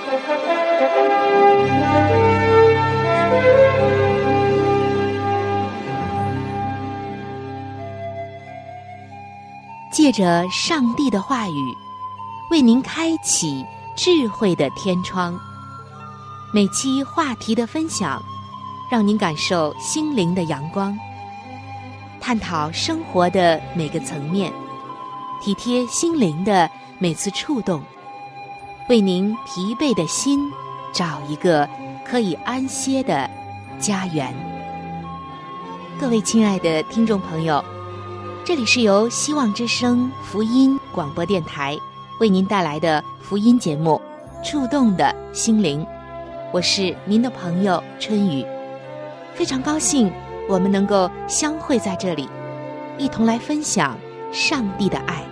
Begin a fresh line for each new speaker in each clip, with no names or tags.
借着上帝的话语，为您开启智慧的天窗。每期话题的分享，让您感受心灵的阳光，探讨生活的每个层面，体贴心灵的每次触动，为您疲惫的心找一个可以安歇的家园。各位亲爱的听众朋友，这里是由希望之声福音广播电台为您带来的福音节目《触动的心灵》，我是您的朋友春雨，非常高兴我们能够相会在这里，一同来分享上帝的爱。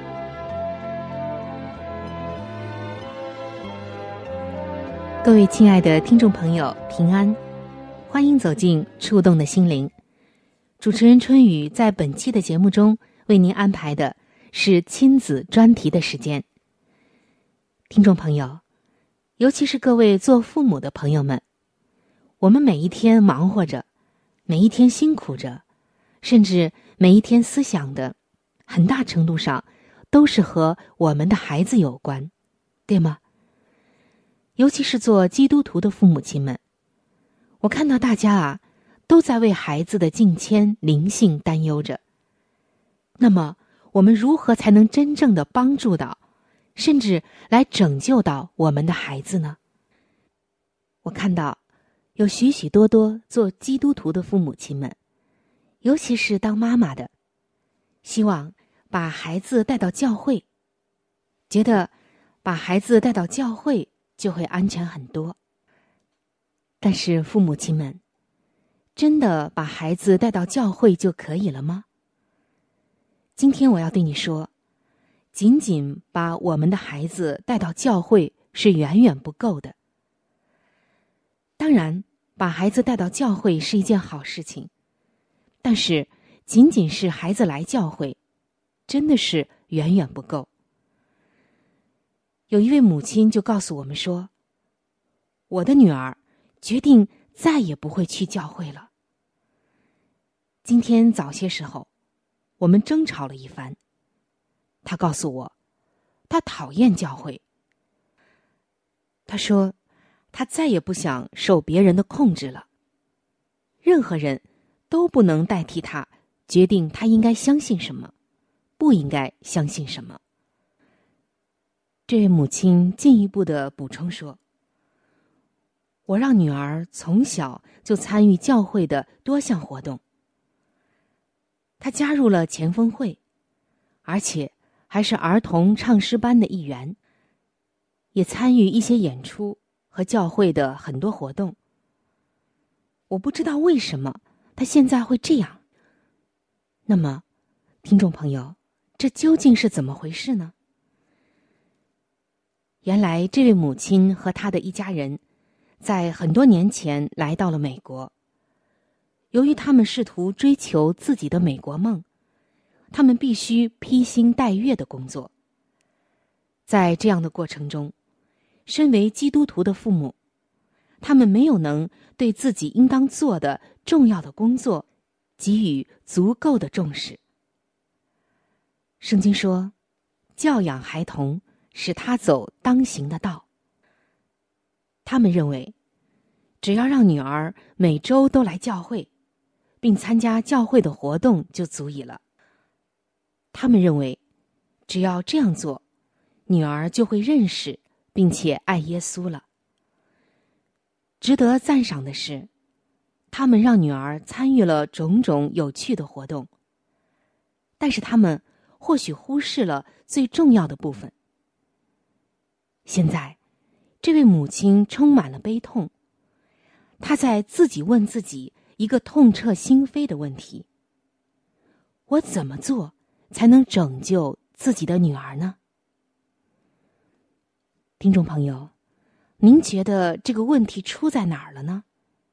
各位亲爱的听众朋友，平安，欢迎走进《触动的心灵》。主持人春雨在本期的节目中为您安排的是亲子专题的时间。听众朋友，尤其是各位做父母的朋友们，我们每一天忙活着，每一天辛苦着，甚至每一天思想的，很大程度上都是和我们的孩子有关，对吗？尤其是做基督徒的父母亲们，我看到大家都在为孩子的敬谦灵性担忧着。那么我们如何才能真正的帮助到，甚至来拯救到我们的孩子呢？我看到有许许多多做基督徒的父母亲们，尤其是当妈妈的，希望把孩子带到教会，觉得把孩子带到教会就会安全很多。但是父母亲们，真的把孩子带到教会就可以了吗？今天我要对你说，仅仅把我们的孩子带到教会是远远不够的。当然，把孩子带到教会是一件好事情，但是仅仅是孩子来教会，真的是远远不够。有一位母亲就告诉我们说，我的女儿决定再也不会去教会了。今天早些时候，我们争吵了一番。她告诉我，她讨厌教会。她说，她再也不想受别人的控制了。任何人都不能代替她决定她应该相信什么，不应该相信什么。这位母亲进一步的补充说，我让女儿从小就参与教会的多项活动。她加入了前锋会，而且还是儿童唱诗班的一员，也参与一些演出和教会的很多活动。我不知道为什么她现在会这样。那么，听众朋友，这究竟是怎么回事呢？原来这位母亲和她的一家人在很多年前来到了美国。由于他们试图追求自己的美国梦，他们必须披星戴月的工作。在这样的过程中，身为基督徒的父母，他们没有能对自己应当做的重要的工作给予足够的重视。圣经说，教养孩童，使他走当行的道。他们认为，只要让女儿每周都来教会，并参加教会的活动就足以了。他们认为，只要这样做，女儿就会认识并且爱耶稣了。值得赞赏的是，他们让女儿参与了种种有趣的活动，但是他们或许忽视了最重要的部分。现在，这位母亲充满了悲痛，她在自己问自己一个痛彻心扉的问题：我怎么做才能拯救自己的女儿呢？听众朋友，您觉得这个问题出在哪儿了呢？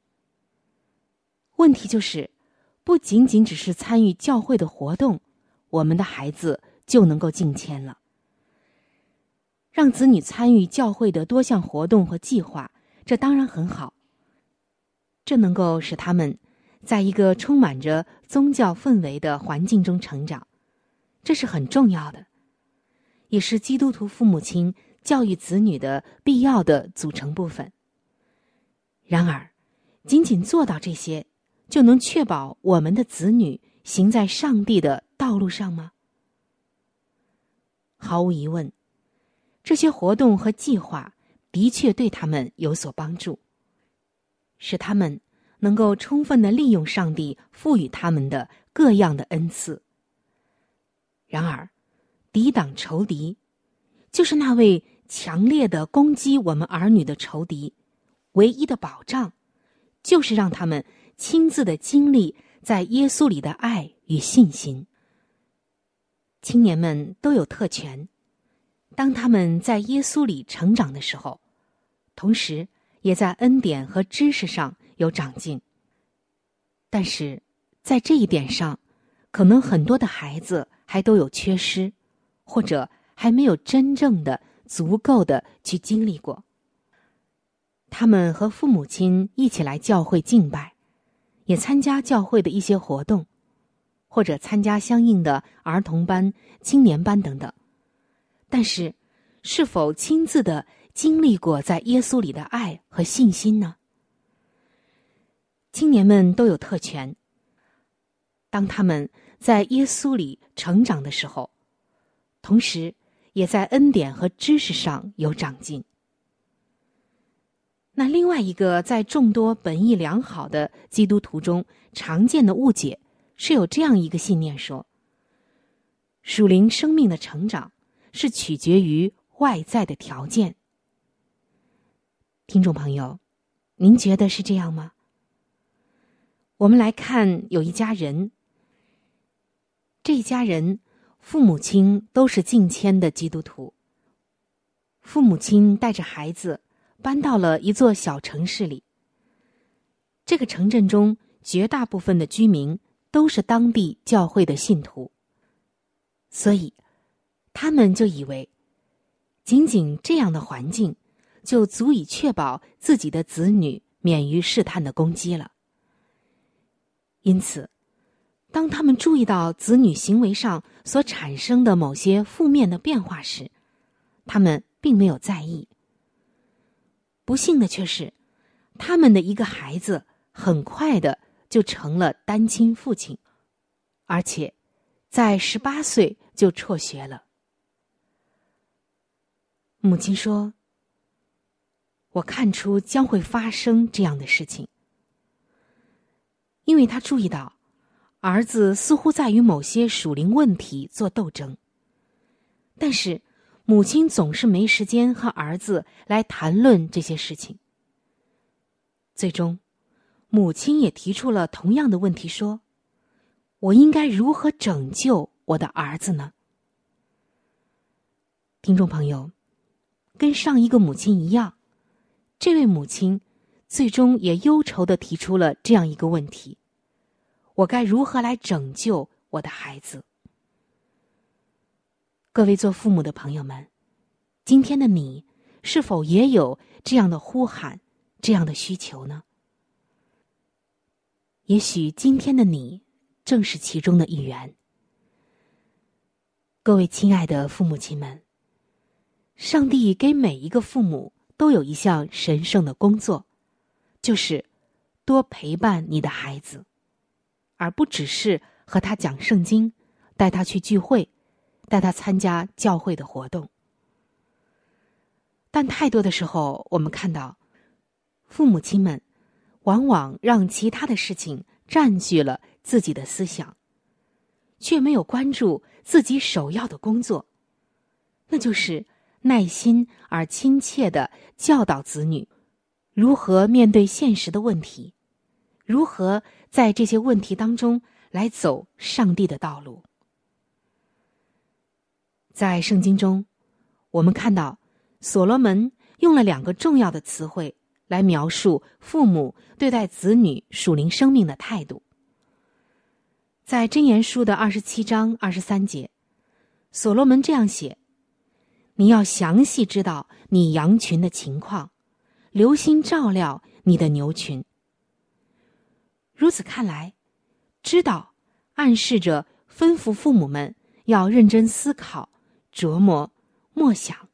问题就是，不仅仅只是参与教会的活动，我们的孩子就能够敬谦了。 让子女参与教会的多项活动和计划，这当然很好。这能够使他们在一个充满着宗教氛围的环境中成长，这是很重要的，也是基督徒父母亲教育子女的必要的组成部分。然而，仅仅做到这些，就能确保我们的子女行在上帝的道路上吗？毫无疑问，这些活动和计划的确对他们有所帮助，使他们能够充分地利用上帝赋予他们的各样的恩赐。然而，抵挡仇敌，就是那位强烈地攻击我们儿女的仇敌，唯一的保障，就是让他们亲自地经历在耶稣里的爱与信心。青年们都有特权，当他们在耶稣里成长的时候，同时也在恩典和知识上有长进。但是在这一点上，可能很多的孩子还都有缺失，或者还没有真正的足够的去经历过。他们和父母亲一起来教会敬拜，也参加教会的一些活动，或者参加相应的儿童班、青年班等等。但是，是否亲自的经历过在耶稣里的爱和信心呢？青年们都有特权，当他们在耶稣里成长的时候，同时也在恩典和知识上有长进。那另外一个在众多本意良好的基督徒中常见的误解，是有这样一个信念说，属灵生命的成长是取决于外在的条件。听众朋友，您觉得是这样吗？我们来看有一家人，这一家人父母亲都是敬谦的基督徒。父母亲带着孩子搬到了一座小城市里，这个城镇中绝大部分的居民都是当地教会的信徒，所以他们就以为仅仅这样的环境就足以确保自己的子女免于试探的攻击了。因此，当他们注意到子女行为上所产生的某些负面的变化时，他们并没有在意。不幸的却是，他们的一个孩子很快的就成了单亲父亲，而且在18岁就辍学了。母亲说，我看出将会发生这样的事情，因为他注意到儿子似乎在与某些属灵问题做斗争，但是母亲总是没时间和儿子来谈论这些事情。最终，母亲也提出了同样的问题，说，我应该如何拯救我的儿子呢？听众朋友，跟上一个母亲一样，这位母亲最终也忧愁地提出了这样一个问题，我该如何来拯救我的孩子？各位做父母的朋友们，今天的你是否也有这样的呼喊，这样的需求呢？也许今天的你正是其中的一员。各位亲爱的父母亲们，上帝给每一个父母都有一项神圣的工作，就是多陪伴你的孩子，而不只是和他讲圣经，带他去聚会，带他参加教会的活动。但太多的时候，我们看到父母亲们往往让其他的事情占据了自己的思想，却没有关注自己首要的工作，那就是耐心而亲切地教导子女如何面对现实的问题，如何在这些问题当中来走上帝的道路。在圣经中，我们看到所罗门用了2个重要的词汇来描述父母对待子女属灵生命的态度。在箴言书的27章23节，所罗门这样写， 你要详细知道你羊群的情况，留心照料你的牛群。如此看来，知道暗示着吩咐父母们要认真思考、琢磨、默想。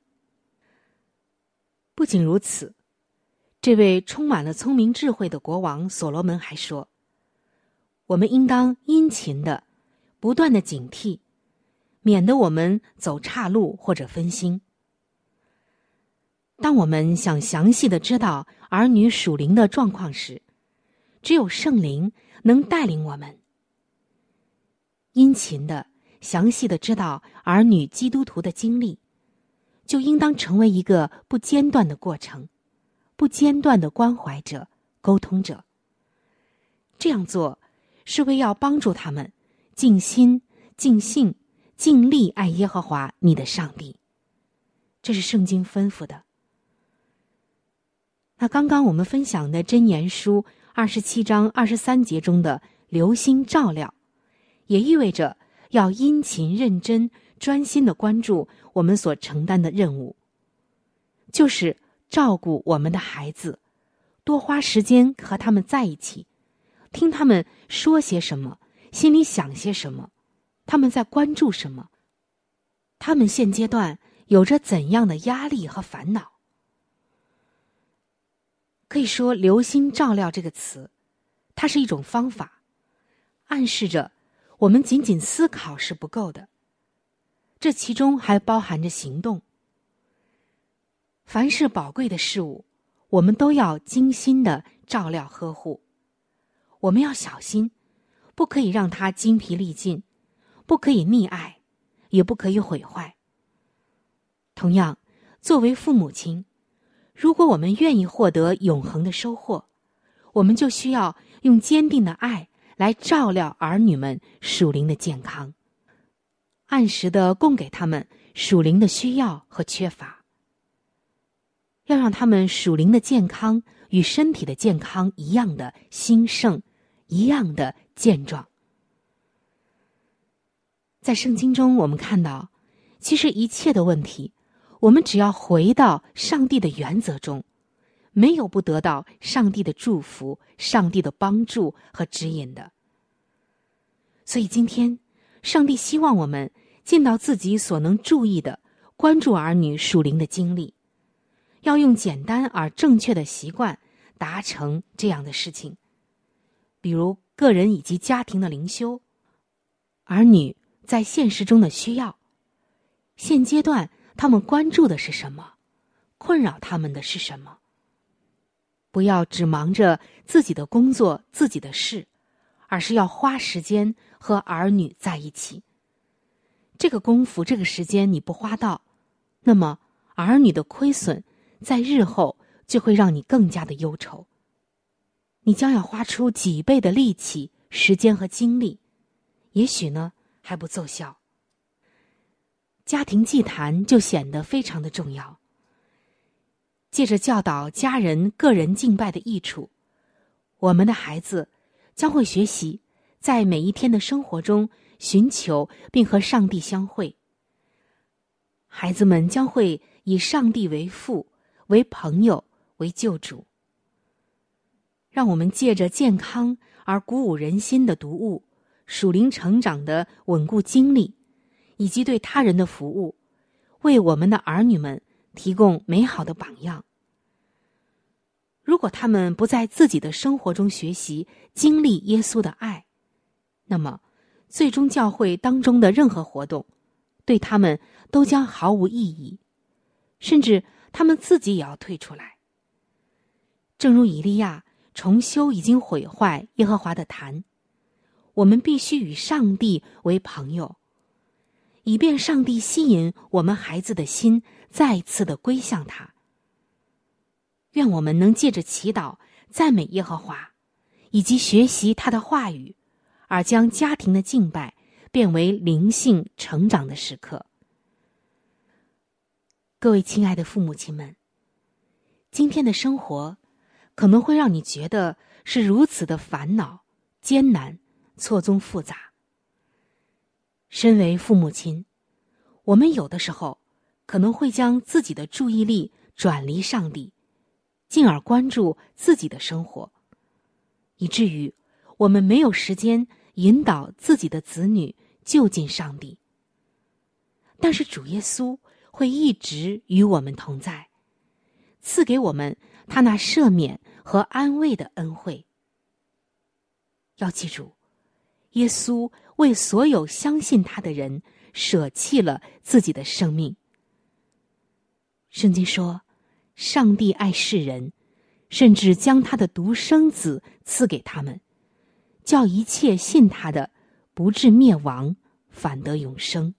不仅如此，这位充满了聪明智慧的国王所罗门还说，我们应当殷勤的、不断的警惕，免得我们走岔路或者分心。当我们想详细的知道儿女属灵的状况时，只有圣灵能带领我们。殷勤的、详细的知道儿女基督徒的经历，就应当成为一个不间断的过程，不间断的关怀者、沟通者。这样做是为要帮助他们尽心、尽性、尽力爱耶和华你的上帝。这是圣经吩咐的。那刚刚我们分享的箴言书27章23节中的留心照料，也意味着要殷勤认真专心地关注我们所承担的任务，就是照顾我们的孩子，多花时间和他们在一起，听他们说些什么，心里想些什么，他们在关注什么，他们现阶段有着怎样的压力和烦恼。可以说留心照料这个词，它是一种方法，暗示着我们仅仅思考是不够的，这其中还包含着行动。凡是宝贵的事物，我们都要精心的照料呵护。我们要小心，不可以让它精疲力尽，不可以溺爱，也不可以毁坏。同样，作为父母亲，如果我们愿意获得永恒的收获，我们就需要用坚定的爱来照料儿女们属灵的健康，按时的供给他们属灵的需要和缺乏，要让他们属灵的健康与身体的健康一样的兴盛，一样的健壮。在圣经中我们看到，其实一切的问题，我们只要回到上帝的原则中，没有不得到上帝的祝福、上帝的帮助和指引的。所以今天，上帝希望我们尽到自己所能注意的，关注儿女属灵的经历，要用简单而正确的习惯达成这样的事情，比如个人以及家庭的灵修，儿女在现实中的需要，现阶段他们关注的是什么，困扰他们的是什么。不要只忙着自己的工作、自己的事，而是要花时间和儿女在一起。这个功夫、这个时间你不花到，那么儿女的亏损在日后就会让你更加的忧愁。你将要花出几倍的力气、时间和精力，也许呢还不奏效。家庭祭坛就显得非常的重要。借着教导家人个人敬拜的益处，我们的孩子将会学习在每一天的生活中寻求并和上帝相会。孩子们将会以上帝为父、为朋友、为救主。让我们借着健康而鼓舞人心的读物、属灵成长的稳固经历，以及对他人的服务，为我们的儿女们提供美好的榜样。如果他们不在自己的生活中学习经历耶稣的爱，那么最终教会当中的任何活动对他们都将毫无意义，甚至他们自己也要退出来。正如以利亚重修已经毁坏耶和华的坛，我们必须与上帝为朋友，以便上帝吸引我们孩子的心再次的归向他。愿我们能借着祈祷、赞美耶和华，以及学习他的话语，而将家庭的敬拜变为灵性成长的时刻。各位亲爱的父母亲们，今天的生活可能会让你觉得是如此的烦恼、艰难、错综复杂。身为父母亲，我们有的时候可能会将自己的注意力转离上帝，进而关注自己的生活，以至于我们没有时间引导自己的子女就近上帝。但是主耶稣会一直与我们同在，赐给我们他那赦免和安慰的恩惠。要记住，耶稣为所有相信他的人舍弃了自己的生命。圣经说，上帝爱世人，甚至将他的独生子赐给他们，叫一切信他的不至灭亡，反得永生。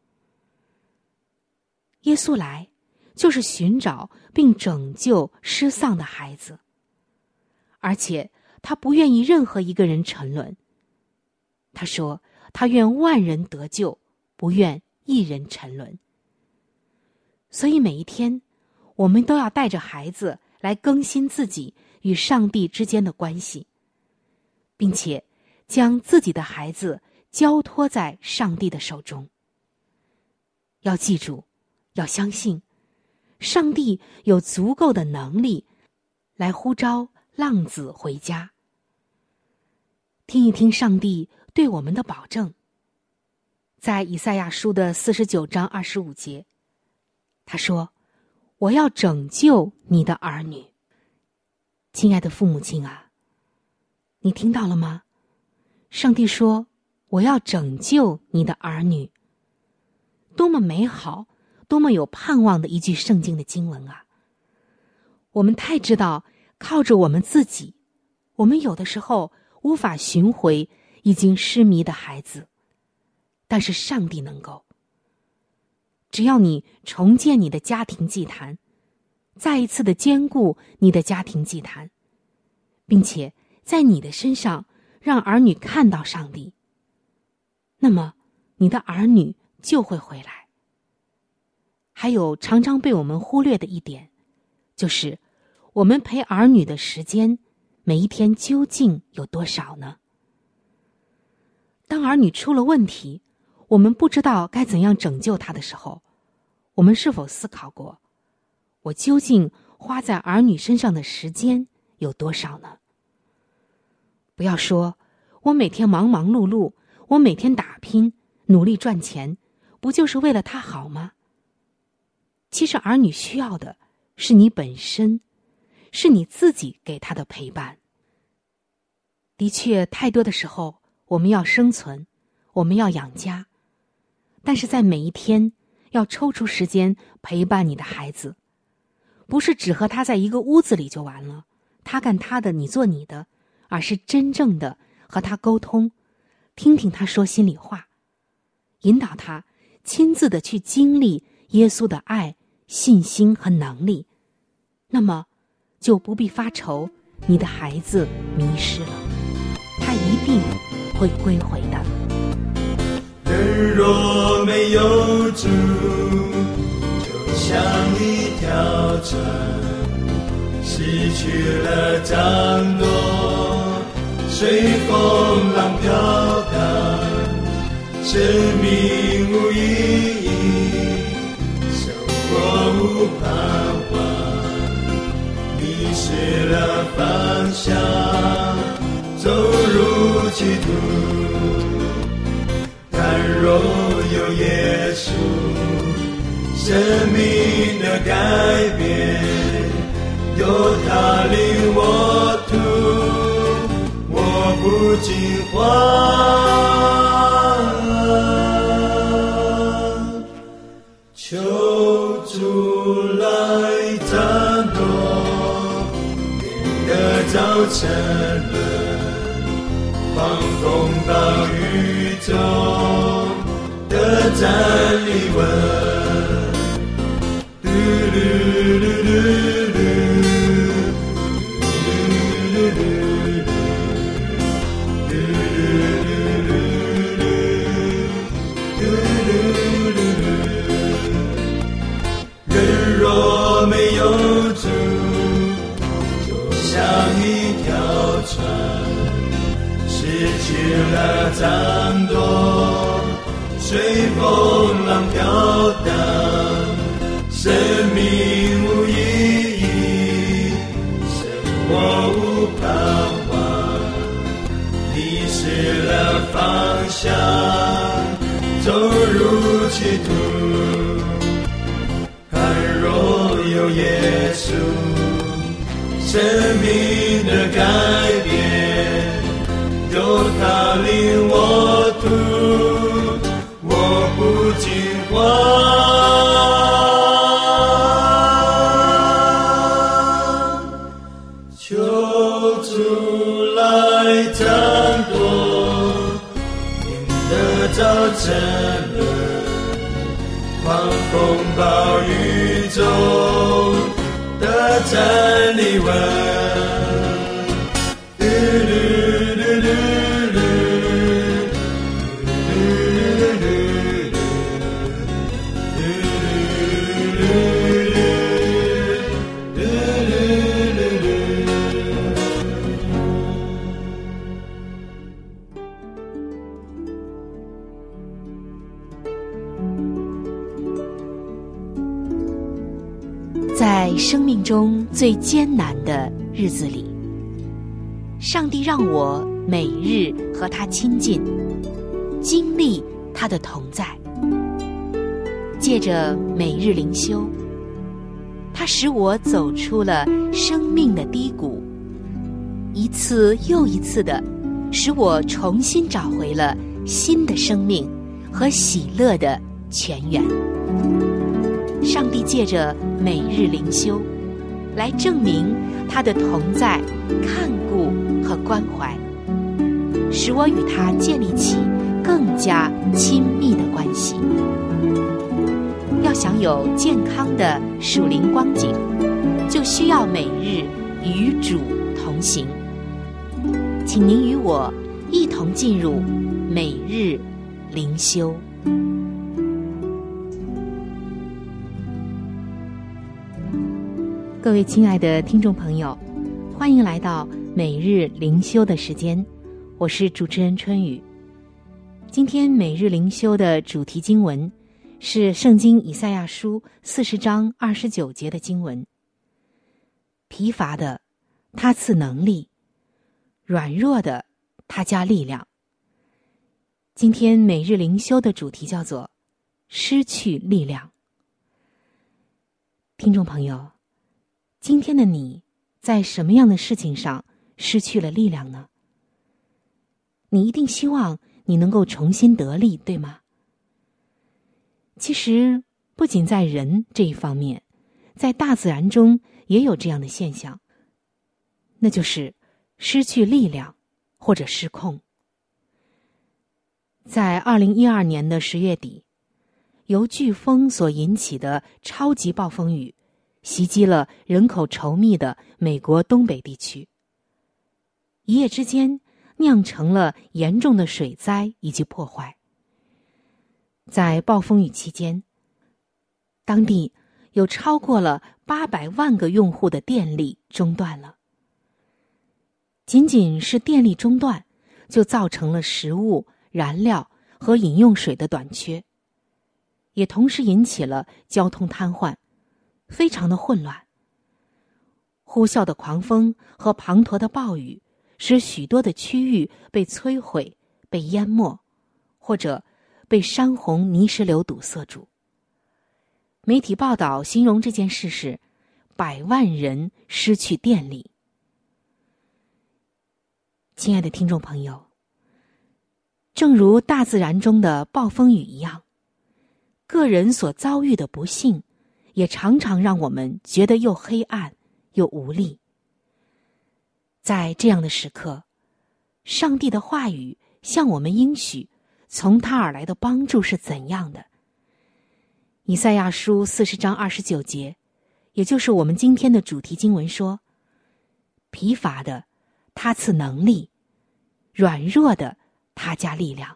耶稣来就是寻找并拯救失丧的孩子，而且他不愿意任何一个人沉沦。他说，他愿万人得救，不愿一人沉沦。所以每一天，我们都要带着孩子来更新自己与上帝之间的关系，并且将自己的孩子交托在上帝的手中。要记住，要相信，上帝有足够的能力来呼召浪子回家。听一听上帝对我们的保证。在以赛亚书的49章25节，他说，我要拯救你的儿女。亲爱的父母亲啊，你听到了吗？上帝说，我要拯救你的儿女。多么美好，多么有盼望的一句圣经的经文啊！我们太知道，靠着我们自己，我们有的时候无法寻回已经失迷的孩子，但是上帝能够。只要你重建你的家庭祭坛，再一次的坚固你的家庭祭坛，并且在你的身上让儿女看到上帝，那么你的儿女就会回来。还有常常被我们忽略的一点，就是我们陪儿女的时间每一天究竟有多少呢？当儿女出了问题，我们不知道该怎样拯救他的时候，我们是否思考过，我究竟花在儿女身上的时间有多少呢？不要说我每天忙忙碌碌，我每天打拼努力赚钱，不就是为了他好吗？其实儿女需要的是你本身，是你自己给他的陪伴。的确，太多的时候我们要生存，我们要养家，但是在每一天要抽出时间陪伴你的孩子，不是只和他在一个屋子里就完了，他干他的，你做你的，而是真正的和他沟通，听听他说心里话，引导他亲自的去经历耶稣的爱、信心和能力，那么就不必发愁你的孩子迷失了，他一定会归回的。
人若没有主，就像一条船，失去了掌舵，随风浪飘荡，生命无意义，生活无盼望，迷失了方向，走入歧途。但若有耶稣，生命的改变，有他领我途，我不惊慌。求主来掌舵，免得早沉沦，狂风暴雨中的站立稳。人若没有主，就像一条船，失去了掌舵，随风浪飘荡， 生命无意义，生活无盼望，迷失了方向，走入歧途。倘若有耶稣，生命的改变，有他领我途，我不惊慌。求主来掌舵，您的早晨了，狂风暴雨中的站立稳。
在生命中最艰难的日子里，上帝让我每日和他亲近，经历他的同在。借着每日灵修，他使我走出了生命的低谷，一次又一次的使我重新找回了新的生命和喜乐的泉源。上帝借着每日灵修来证明他的同在、看顾和关怀，使我与他建立起更加亲密的关系。要享有健康的属灵光景，就需要每日与主同行。请您与我一同进入每日灵修。各位亲爱的听众朋友，欢迎来到每日灵修的时间，我是主持人春雨。今天每日灵修的主题经文是圣经以赛亚书40章29节的经文。疲乏的他赐能力，软弱的他加力量。今天每日灵修的主题叫做失去力量。听众朋友，今天的你在什么样的事情上失去了力量呢？你一定希望你能够重新得力，对吗？其实不仅在人这一方面，在大自然中也有这样的现象，那就是失去力量或者失控。在2012年的10月底，由飓风所引起的超级暴风雨袭击了人口稠密的美国东北地区，一夜之间酿成了严重的水灾以及破坏。在暴风雨期间，当地有超过了800万个用户的电力中断了。仅仅是电力中断，就造成了食物、燃料和饮用水的短缺，也同时引起了交通瘫痪，非常的混乱。呼啸的狂风和滂沱的暴雨使许多的区域被摧毁、被淹没，或者被山洪泥石流堵塞住。媒体报道形容这件事是100万人失去电力。亲爱的听众朋友，正如大自然中的暴风雨一样，个人所遭遇的不幸也常常让我们觉得又黑暗又无力。在这样的时刻，上帝的话语向我们应许从他而来的帮助是怎样的。以赛亚书40章29节，也就是我们今天的主题经文说，疲乏的他赐能力，软弱的他加力量。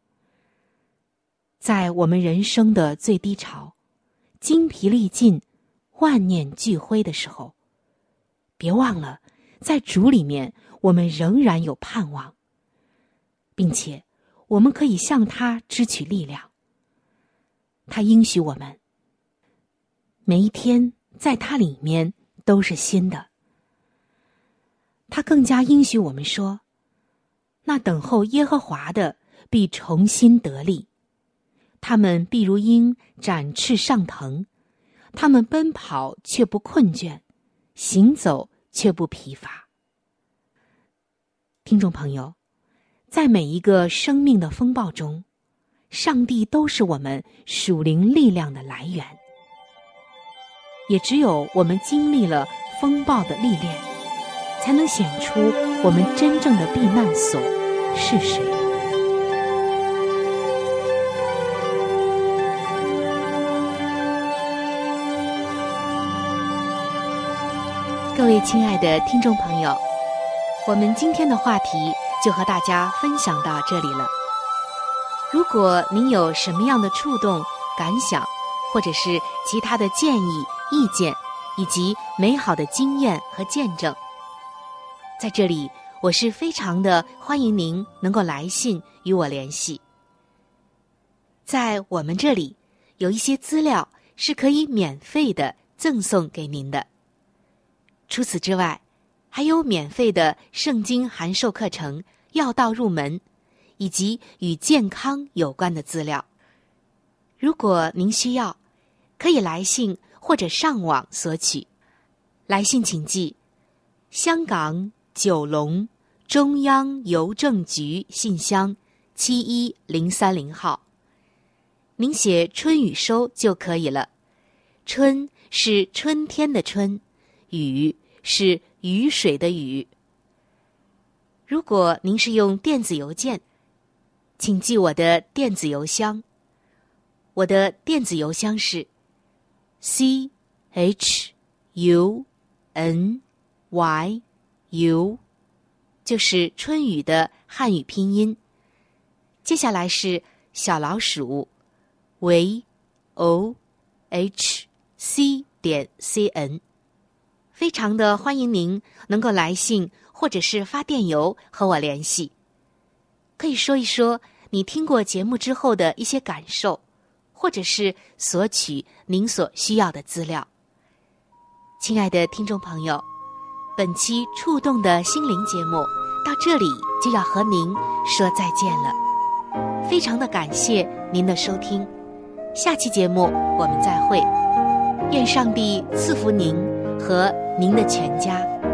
在我们人生的最低潮，精疲力尽、万念俱灰的时候，别忘了在主里面我们仍然有盼望，并且我们可以向他支取力量。他应许我们， 每一天在他里面都是新的。他更加应许我们说，那等候耶和华的必重新得力，他们必如鹰展翅上腾，他们奔跑却不困倦，行走却不疲乏。听众朋友，在每一个生命的风暴中，上帝都是我们属灵力量的来源。也只有我们经历了风暴的历练，才能显出我们真正的避难所是谁。各位亲爱的听众朋友，我们今天的话题就和大家分享到这里了。如果您有什么样的触动、感想，或者是其他的建议、意见，以及美好的经验和见证，在这里我是非常的欢迎您能够来信与我联系。在我们这里有一些资料是可以免费的赠送给您的。除此之外，还有免费的圣经函授课程要道入门，以及与健康有关的资料。如果您需要，可以来信或者上网索取。来信请寄香港九龙中央邮政局信箱71030号。您写春雨收就可以了。春是春天的春，雨是雨水的雨。如果您是用电子邮件，请记我的电子邮箱。我的电子邮箱是CHUNYU， 就是春雨的汉语拼音。接下来是小老鼠vohc.cn。非常的欢迎您能够来信或者是发电邮和我联系，可以说一说你听过节目之后的一些感受，或者是索取您所需要的资料。亲爱的听众朋友，本期触动的心灵节目到这里就要和您说再见了，非常的感谢您的收听，下期节目我们再会，愿上帝赐福您和您的全家。